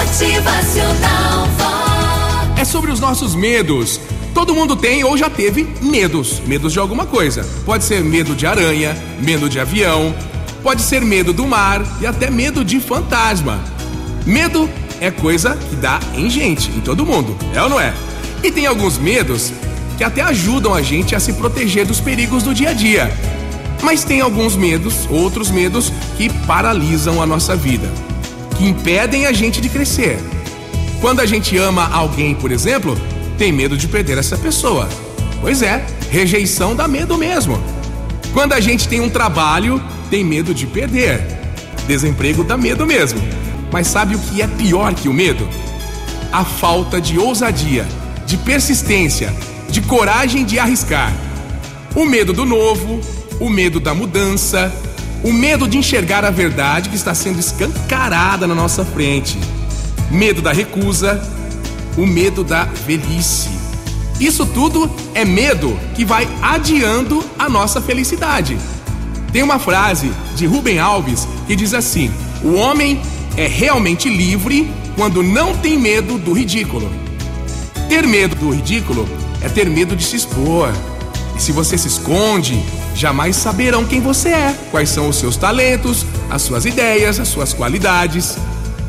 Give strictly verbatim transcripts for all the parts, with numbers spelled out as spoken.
Motivacional Vox. É sobre os nossos medos. Todo mundo tem ou já teve medos. Medos de alguma coisa. Pode ser medo de aranha, medo de avião, pode ser medo do mar e até medo de fantasma. Medo é coisa que dá em gente, em todo mundo, é ou não é? E tem alguns medos que até ajudam a gente a se proteger dos perigos do dia a dia. Mas tem alguns medos, outros medos, que paralisam a nossa vida, que impedem a gente de crescer. Quando a gente ama alguém, por exemplo, tem medo de perder essa pessoa. Pois é, rejeição dá medo mesmo. Quando a gente tem um trabalho, tem medo de perder. Desemprego dá medo mesmo. Mas sabe o que é pior que o medo? A falta de ousadia, de persistência, de coragem de arriscar. O medo do novo, o medo da mudança, o medo de enxergar a verdade que está sendo escancarada na nossa frente. Medo da recusa, o medo da velhice. Isso tudo é medo que vai adiando a nossa felicidade. Tem uma frase de Rubem Alves que diz assim: o homem é realmente livre quando não tem medo do ridículo. Ter medo do ridículo é ter medo de se expor. E se você se esconde, jamais saberão quem você é, quais são os seus talentos, as suas ideias, as suas qualidades.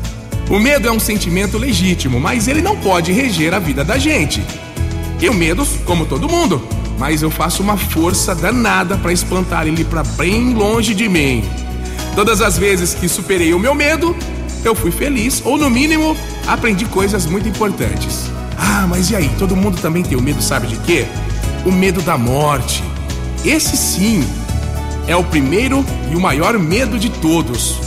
O medo é um sentimento legítimo, mas ele não pode reger a vida da gente. Eu medo, como todo mundo, mas eu faço uma força danada para espantar ele para bem longe de mim. Todas as vezes que superei o meu medo, eu fui feliz, ou no mínimo, aprendi coisas muito importantes. Ah, mas e aí? Todo mundo também tem o medo, sabe de quê? O medo da morte. Esse sim é o primeiro e o maior medo de todos.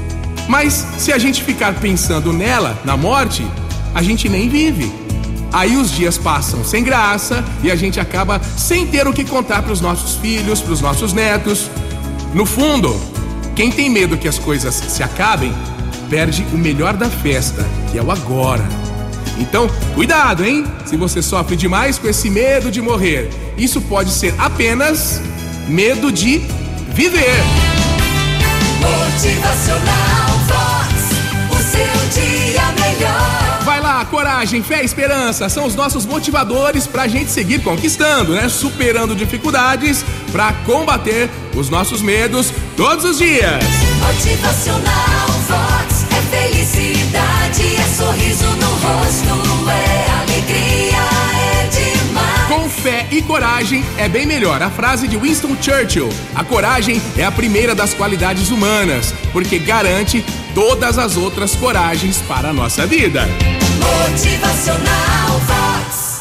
Mas se a gente ficar pensando nela, na morte, a gente nem vive. Aí os dias passam sem graça e a gente acaba sem ter o que contar para os nossos filhos, para os nossos netos. No fundo, quem tem medo que as coisas se acabem, perde o melhor da festa, que é o agora. Então, cuidado, hein? Se você sofre demais com esse medo de morrer, isso pode ser apenas medo de viver. Motivacional Vox, o seu dia melhor. Vai lá, coragem, fé e esperança são os nossos motivadores pra gente seguir conquistando, né? Superando dificuldades pra combater os nossos medos todos os dias. Motivacional Vox é felicidade, é sorriso no rosto, é alegria, é demais. Com fé e coragem é bem melhor. A frase de Winston Churchill: a coragem é a primeira das qualidades humanas, porque garante todas as outras coragens para a nossa vida. Motivacional